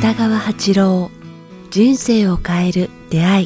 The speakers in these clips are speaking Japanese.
北川八郎、人生を変える出会い。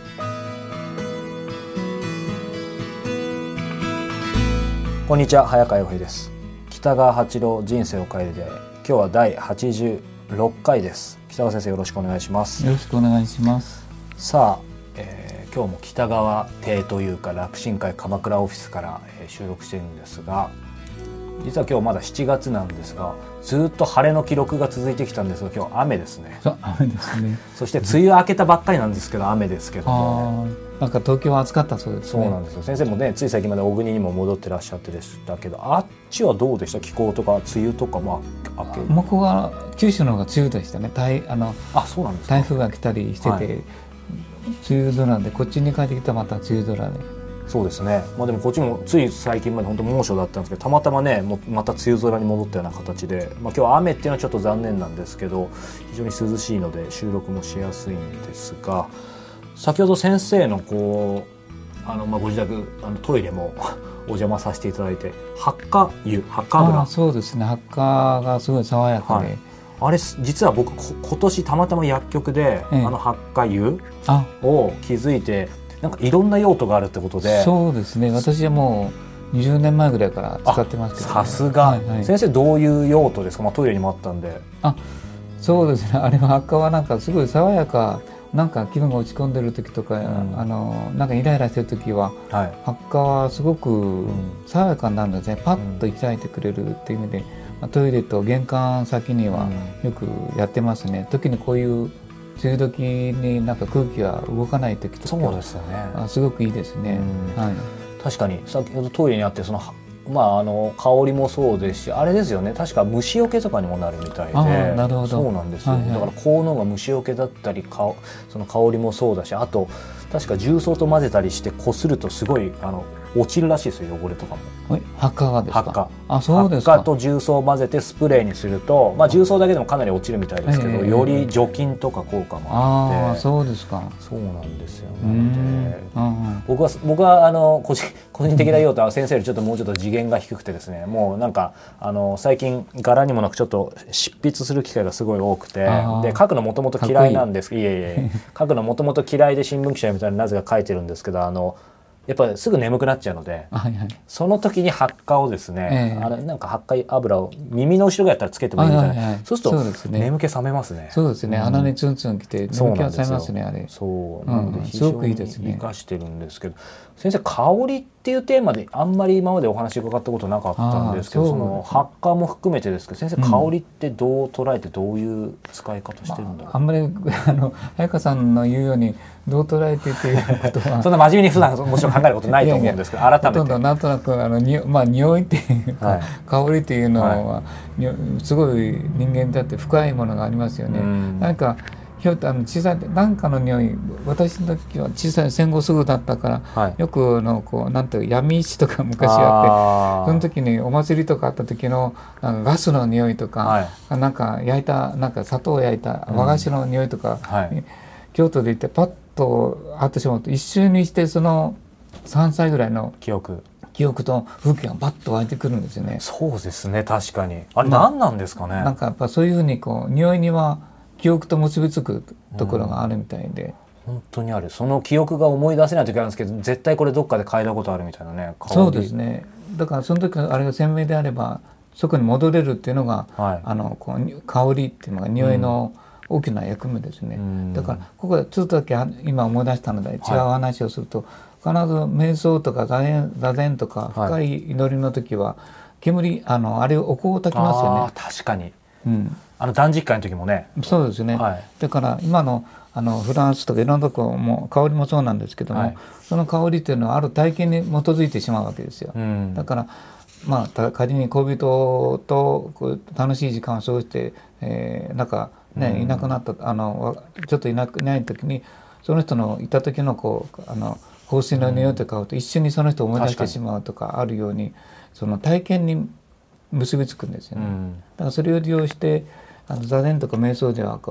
こんにちは、早川洋平です。北川八郎、人生を変える出会い。今日は第86回です。北川先生、よろしくお願いします。 よろしくお願いします。 さあ、今日も北川邸というか楽神会鎌倉オフィスから、収録しているんですが、実は今日まだ7月なんですが、ずっと晴れの記録が続いてきたんですが、今日雨ですね。 そう、雨ですね。 そして梅雨明けたばっかりなんですけど、雨ですけども、 なんか東京は暑かったそうですね。 そうなんですよ。先生もね、つい最近まで小国にも戻ってらっしゃってでしたけど、あっちはどうでした？気候とか梅雨とかも明け。 向こうは九州の方が梅雨でしたね。 そうなんですか。 台風が来たりしてて、はい、梅雨空で、こっちに帰ってきたらまた梅雨空で。 そうですね。でもこっちもつい最近まで本当猛暑だったんですけど、たまたまねまた梅雨空に戻ったような形で、今日は雨っていうのはちょっと残念なんですけど、非常に涼しいので収録もしやすいんですが、先ほど先生のご自宅トイレもお邪魔させていただいて、発火油。 そうですね。発火がすごい爽やかで、はい、 あれ実は僕今年たまたま薬局で、発火油を気づいて、なんかいろんな用途があるってことで。 そうですね。私はもう20年前ぐらいから使ってますけど、ね、 さすが、はいはい、先生どういう用途ですか？トイレにもあったんで。 そうですね。あれは発火はなんかすごい爽やか、なんか気分が落ち込んでる時とか、なんかイライラしてる時は、はい、発火はすごく爽やかになるんですね。パッと鍛えてくれるっていう意味で、トイレと玄関先にはよくやってますね。特にこういう梅雨時になんか空気が動かない時とか、 そうですよね。 すごくいいですね。はい、 確かに先ほどトイレにあって、その香りもそうですし、あれですよね。確か虫除けとかにもなるみたいで。 なるほど。 そうなんですよ。だから効能が虫除けだったり、その香りもそうだし、あと確か重曹と混ぜたりしてこするとすごい落ちるらしいですよ、汚れとかも。 発火がですか？ 発火。 そうですか。 発火と重曹を混ぜてスプレーにすると、重曹だけでもかなり落ちるみたいですけど、より除菌とか効果もあって。 そうですか。 そうなんですよ。なので僕は個人的な用途は先生よりもうちょっと次元が低くてですね、もうなんか最近柄にもなくちょっと執筆する機会がすごい多くて、で書くのもともと嫌いなんですけど、書くのもともと嫌いで新聞記者みたいななぜか書いてるんですけど、やっぱりすぐ眠くなっちゃうので、その時に発火をですね、なんか発火油を耳の後ろぐらいやったらつけてもいいみたいな、そうすると眠気覚めますね。 そうですね。鼻にツンツンきて眠気が覚めますね、あれ。 そうなので非常に生かしてるんですけど、先生、香りっていうテーマであんまり今までお話伺ったことなかったんですけど、その発火も含めてですけど、先生、香りってどう捉えてどういう使い方してるんだろう？ あんまり早川さんの言うよううにどう捉えてっていうことはそんな真面目に普段もちろん考えることないと思うんですけど、改めてほとんどなんとなく匂いっていうか、香りっていうのは、すごい人間にとって深いものがありますよね。なんか小さいなんかの匂い、私の時は小さい戦後すぐだったから、よくなんていう闇市とか昔あって、その時にお祭りとかあった時のなんかガスの匂いとか、なんか焼いたなんか砂糖を焼いた和菓子の匂いとか、京都で行ってパッと会ってしまうと、一瞬にしてその3歳ぐらいの記憶と風景がバッと湧いてくるんですよね。 そうですね、確かに。あれ何なんですかね。 なんかやっぱそういうふうに匂いには記憶と結びつくところがあるみたいで、 本当にある。その記憶が思い出せない時あるんですけど、絶対これどっかで嗅いだことあるみたいなね。 そうですね。だからその時あれが鮮明であればそこに戻れるっていうのが、香りっていうのが匂いの大きな役目ですね。だからここでちょっとだけ今思い出したので違う話をすると、必ず瞑想とか座禅とか深い祈りの時は煙あれをお香を焚きますよね。 確かに。断食会の時もね。 そうですね。だから今のフランスとかいろんなところも香りもそうなんですけども、その香りっていうのはある体験に基づいてしまうわけですよ。だから仮に恋人と楽しい時間を過ごして、なんかね、いなくなったちょっといない時に、その人のいた時の香水の匂いとかを一瞬にその人を思い出してしまうとかあるように、その体験に結びつくんですよね。だからそれを利用して座禅とか瞑想では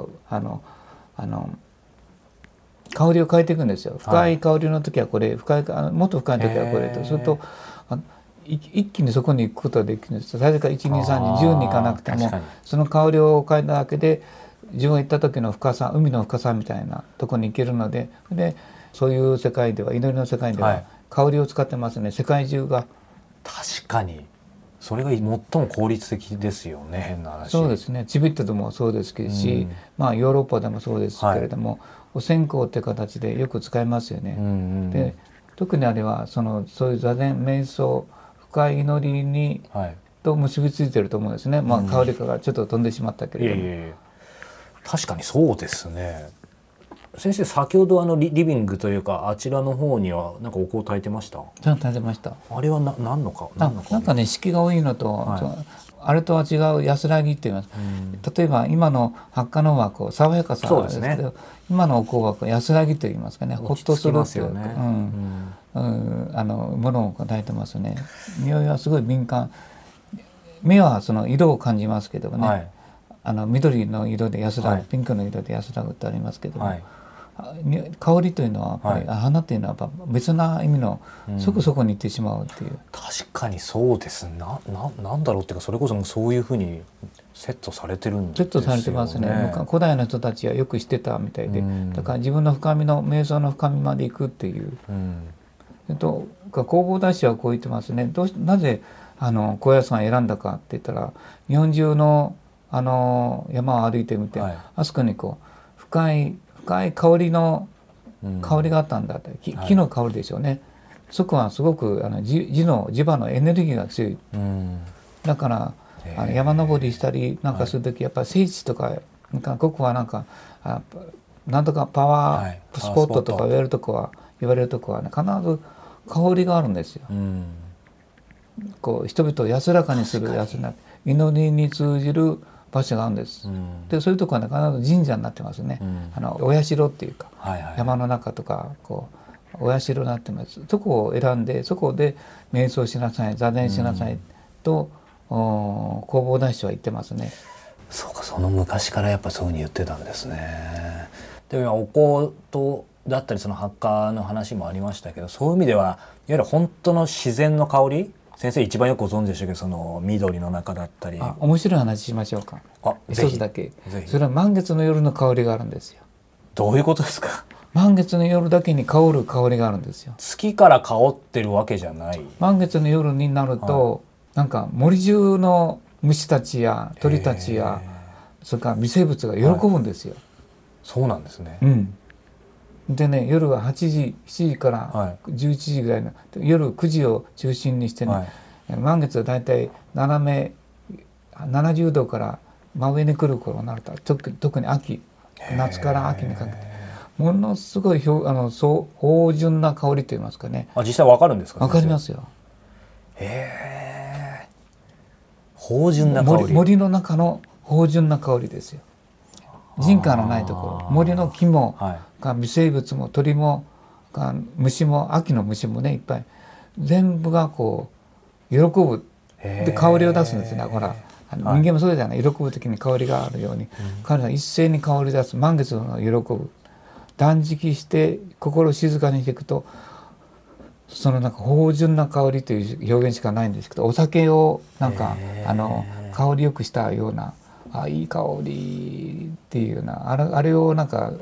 香りを変えていくんですよ。深い香りの時はこれ、もっと深い時はこれと。すると一気にそこに行くことができるんです。最初から1、2、3、10に行かなくても、その香りを変えただけで自分が行った時の深さ、海の深さみたいなところに行けるので、でそういう世界では、祈りの世界では香りを使ってますね、世界中が。 確かにそれが最も効率的ですよね、変な話。 そうですね、チベットでもそうですし、ヨーロッパでもそうですけれども、お線香って形でよく使いますよね。で特にあれはそういう座禅瞑想深い祈りに、と結びついてると思うんですね。香りがちょっと飛んでしまったけれども、 確かにそうですね。先生、先ほどリビングというかあちらの方にはなんかお香を焚いてました？ 焚いてました。 あれは何のかなんかね、色が多いのと、あれとは違う安らぎって言います。例えば今のハッカのは爽やかさですけど、今のお香は安らぎと言いますかね、ほっとするっていうか、ものを焚いてますね。匂いはすごい敏感。目はその色を感じますけどね、緑の色で安らぐ、ピンクの色で安らぐってありますけども、香りというのはやっぱり、花というのはやっぱ別な意味のそこそこに行ってしまうっていう。 確かにそうです。なんだろうっていうか、それこそそういうふうにセットされてるんですよね。 セットされてますね。古代の人たちはよく知ってたみたいで、だから自分の深みの瞑想の深みまで行くっていう。弘法大師はこう言ってますね。なぜ高野山を選んだかって言ったら、日本中の山を歩いてみて、あそこに深い香りの香りがあったんだって、木の香りでしょうね。そこはすごく磁場のエネルギーが強い。だから山登りしたりなんかする時、やっぱり聖地とか、ここはなんとかパワースポットとか言われるとこはね、必ず香りがあるんですよ。人々を安らかにする祈りに通じる場所があるんです。でそういうとこは、ね、必ず神社になってますね。お社っていうか、山の中とかお社になってます。そこを選んで、そこで瞑想しなさい、座禅しなさいと弘法大師は言ってますね。 そうか、その昔からやっぱそういうふうに言ってたんですね。でもお香とだったりそのハッカーの話もありましたけど、そういう意味ではいわゆる本当の自然の香り、先生一番よくご存知でしたけど、その緑の中だったり。 面白い話しましょうか。一つだけ。それは満月の夜の香りがあるんですよ。 どういうことですか？ 満月の夜だけに香る香りがあるんですよ。 月から香ってるわけじゃない。 満月の夜になると、なんか森中の虫たちや鳥たちや、それから微生物が喜ぶんですよ。 そうなんですね。 でね、夜は7時から11時ぐらいの、夜9時を中心にしてね、満月はだいたい斜め70度から真上に来る頃になると、特に秋、夏から秋にかけてものすごい芳醇な香りといいますかね。 実際わかるんですか？ わかりますよ。 芳醇な香り。 森の中の芳醇な香りですよ。人家のないところ、森の木も、微生物も鳥も虫も、秋の虫もね、いっぱい全部が喜ぶで香りを出すんですね。ほら人間もそうじゃない、喜ぶ時に香りがあるように、彼ら一斉に香り出す。満月の喜ぶ、断食して心を静かにしていくと、そのなんか芳醇な香りという表現しかないんですけど、お酒をなんか香りよくしたようないい香りっていうな、あれをなんか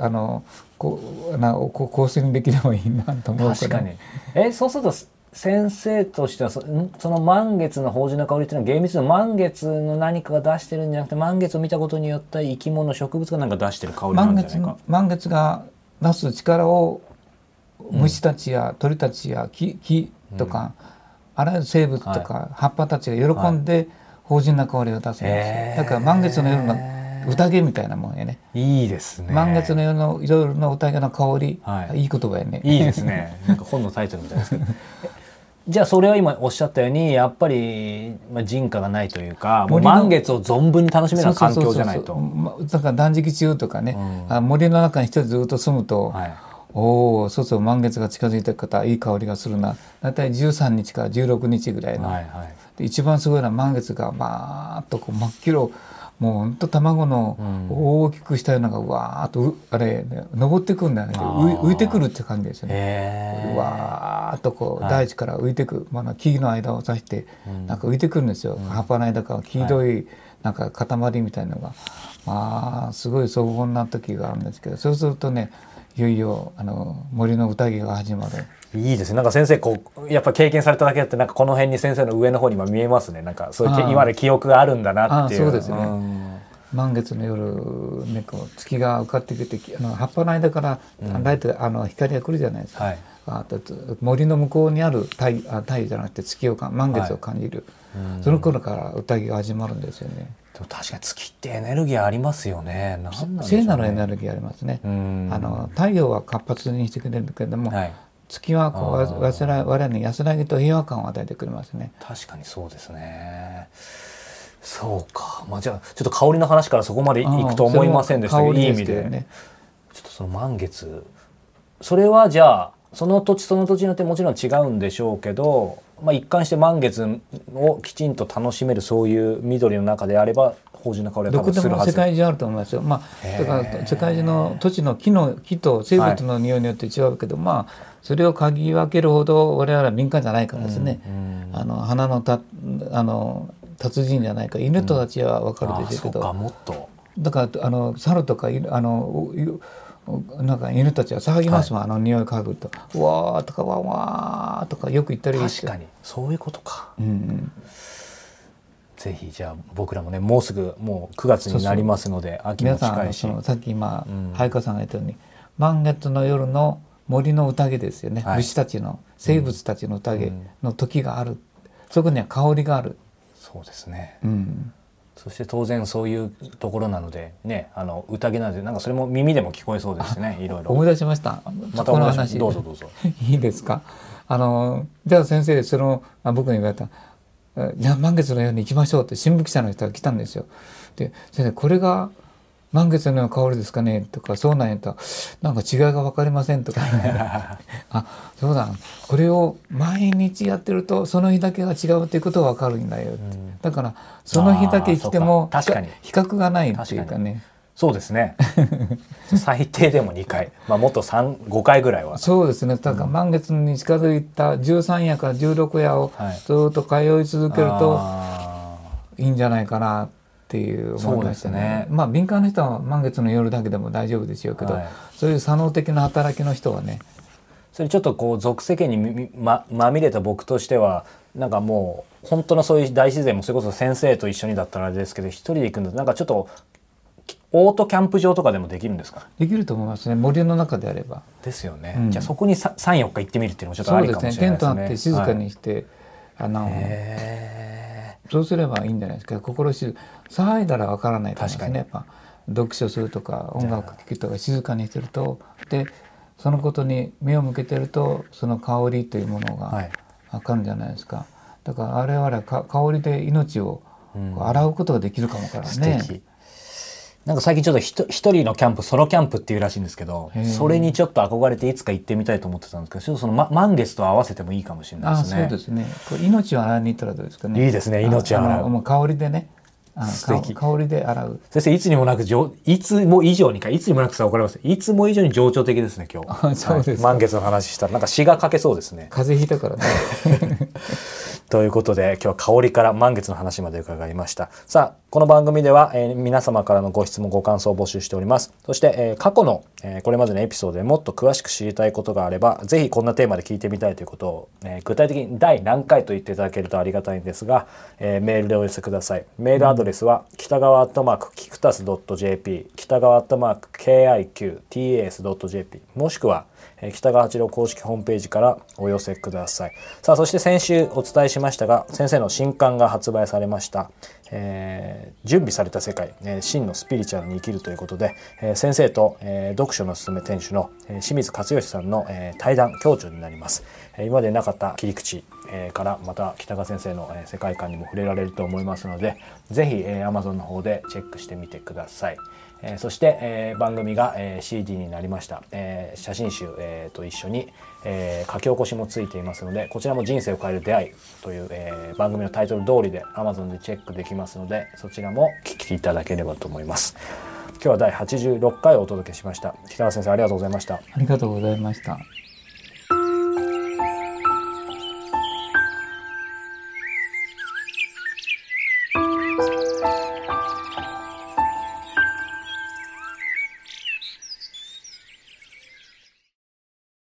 香水にできればいいなと思うから。 確かに。そうすると先生としてはその満月の芳醇な香りっていうのは、厳密に満月の何かが出してるんじゃなくて、満月を見たことによった生き物、植物が何か出してる香りなんじゃないか。 満月が出す力を虫たちや鳥たちや木とか、あらゆる生物とか葉っぱたちが喜んで芳醇な香りを出すんですよ。だから満月の夜の宴みたいなもんやね。 いいですね。 満月の夜の宴の香り、いい言葉やね。 いいですね。なんか本のタイトルみたいですけど。じゃあそれは今おっしゃったように、やっぱり人家がないというか、もう満月を存分に楽しめる環境じゃないと。 だから断食中とかね、森の中に一人ずっと住むと、そうそう、満月が近づいてく方、いい香りがするな。だいたい13日から16日ぐらいの、一番すごいのは満月がバーッと真っ黄もうほんと卵の大きくしたようなのがわーっと登ってくるんだよね。浮いてくるって感じですよね。わーっと大地から浮いてくる、木の間を刺してなんか浮いてくるんですよ。葉っぱの間から黄色いなんか塊みたいなのがまあすごい荘厳な時があるんですけど、そうするとねいよいよ森の宴が始まる。 いいですね。なんか先生こうやっぱ経験されただけあって、なんかこの辺に先生の上の方にも見えますね。なんかそういう今まで記憶があるんだなっていう。 そうですね。満月の夜ね、こう月が浮かってきて葉っぱの間からライト光が来るじゃないですか。森の向こうにある太陽じゃなくて満月を感じる、その頃から宴が始まるんですよね。 でも確かに月ってエネルギーありますよね。 聖なるエネルギーありますね。太陽は活発にしてくれるけれども、月はこう我々に安らぎと平和感を与えてくれますね。 確かにそうですね。そうか。まあじゃあちょっと香りの話からそこまでいくと思いませんでしたけど、いい意味で、ね、ちょっとその満月、それはじゃあその土地その土地によってもちろん違うんでしょうけど、まあ、一貫して満月をきちんと楽しめるそういう緑の中であれば芳醇な香りが多分するはず。 どこでも世界中あると思いますよ。まあ、だから世界中の土地の木と生物の匂いによって違うけど、まあそれを嗅ぎ分けるほど我々は敏感じゃないからですね。花の達人じゃないか。犬とたちは分かるでしょうけど、 そうか、もっとだから猿とかなんか犬たちは騒ぎますもん、匂い嗅ぐとうわーとかわーわーとかよく言ったりして。 確かにそういうことか。ぜひじゃあ僕らもね、もうすぐもう9月になりますので、秋も近いし、 皆さんさっき今早川さんが言ったように満月の夜の森の宴ですよね、虫たちの生物たちの宴の時がある、そこには香りがある。 そうですね、そして当然そういうところなのでね、宴なのでなんかそれも耳でも聞こえそうですね。いろいろ思い出しました。 また思い出しました。どうぞどうぞ。 いいですか。じゃあ先生僕に言われたじゃあ満月のように行きましょうって新聞記者の人が来たんですよ。で先生これが満月のような香りですかねとか、そうなんやとなんか違いが分かりませんとかあ、そうだ、これを毎日やってるとその日だけが違うっていうことが分かるんだよって、だからその日だけ来ても比較がないっていうかね。 そうですね最低でも2回、まあ、もっと5回ぐらいは。 そうですね。だから満月に近づいた13夜から16夜をずっと通い続けるといいんじゃないかなっていう思いましたね。まあ敏感な人は満月の夜だけでも大丈夫でしょうけど、そういう左脳的な働きの人はね、 それちょっとこう俗世間にまみれた僕としてはなんかもう本当のそういう大自然もそれこそ先生と一緒にだったらあれですけど、一人で行くんだとなんかちょっとオートキャンプ場とかでもできるんですか？ できると思いますね。森の中であれば。ですよね。じゃあそこに3、4日行ってみるっていうのもちょっとありかもしれないですね。 そうですね。テントあって静かにして、そうすればいいんじゃないですか。騒いだらわからないと思いますね。やっぱ読書するとか音楽聴くとか静かにしてると、でそのことに目を向けてるとその香りというものがわかるんじゃないですか。だから我々は香りで命を洗うことができるかもからね。 素敵。なんか最近ちょっと一人のキャンプ、ソロキャンプっていうらしいんですけど、それにちょっと憧れていつか行ってみたいと思ってたんですけど、ちょっとその満月と合わせてもいいかもしれないですね。 そうですね。これ命を洗いに行ったらどうですかね。 いいですね。命を洗う。 もう香りでね。香りで洗う。 先生いつにもなくいつも以上にさ分かります。いつも以上に情緒的ですね今日。 そうです。 満月の話したらなんか詩が書けそうですね。 風邪ひいたからね。 ということで今日は香りから満月の話まで伺いました。さあこの番組では、皆様からのご質問ご感想を募集しております。そして、過去の、これまでのエピソードでもっと詳しく知りたいことがあればぜひこんなテーマで聞いてみたいということを、具体的に第何回と言っていただけるとありがたいんですが、メールでお寄せください。メールアドレスは北川キクタス .jp 北川KIQTAS.jp もしくは北川八郎公式ホームページからお寄せください。さあそして先週お伝えしましたが先生の新刊が発売されました。準備された世界、真のスピリチュアルに生きるということで、先生と、読書のすすめ店主の、清水勝義さんの、対談共著になります。今までなかった切り口、からまた北川先生の、世界観にも触れられると思いますのでぜひ、Amazon の方でチェックしてみてください。そして、番組が、CD になりました、写真集、と一緒に、書き起こしもついていますのでこちらも人生を変える出会いという、番組のタイトル通りで Amazon でチェックできますのでそちらも聞きいただければと思います。今日は第86回をお届けしました。北川先生ありがとうございました。 ありがとうございました。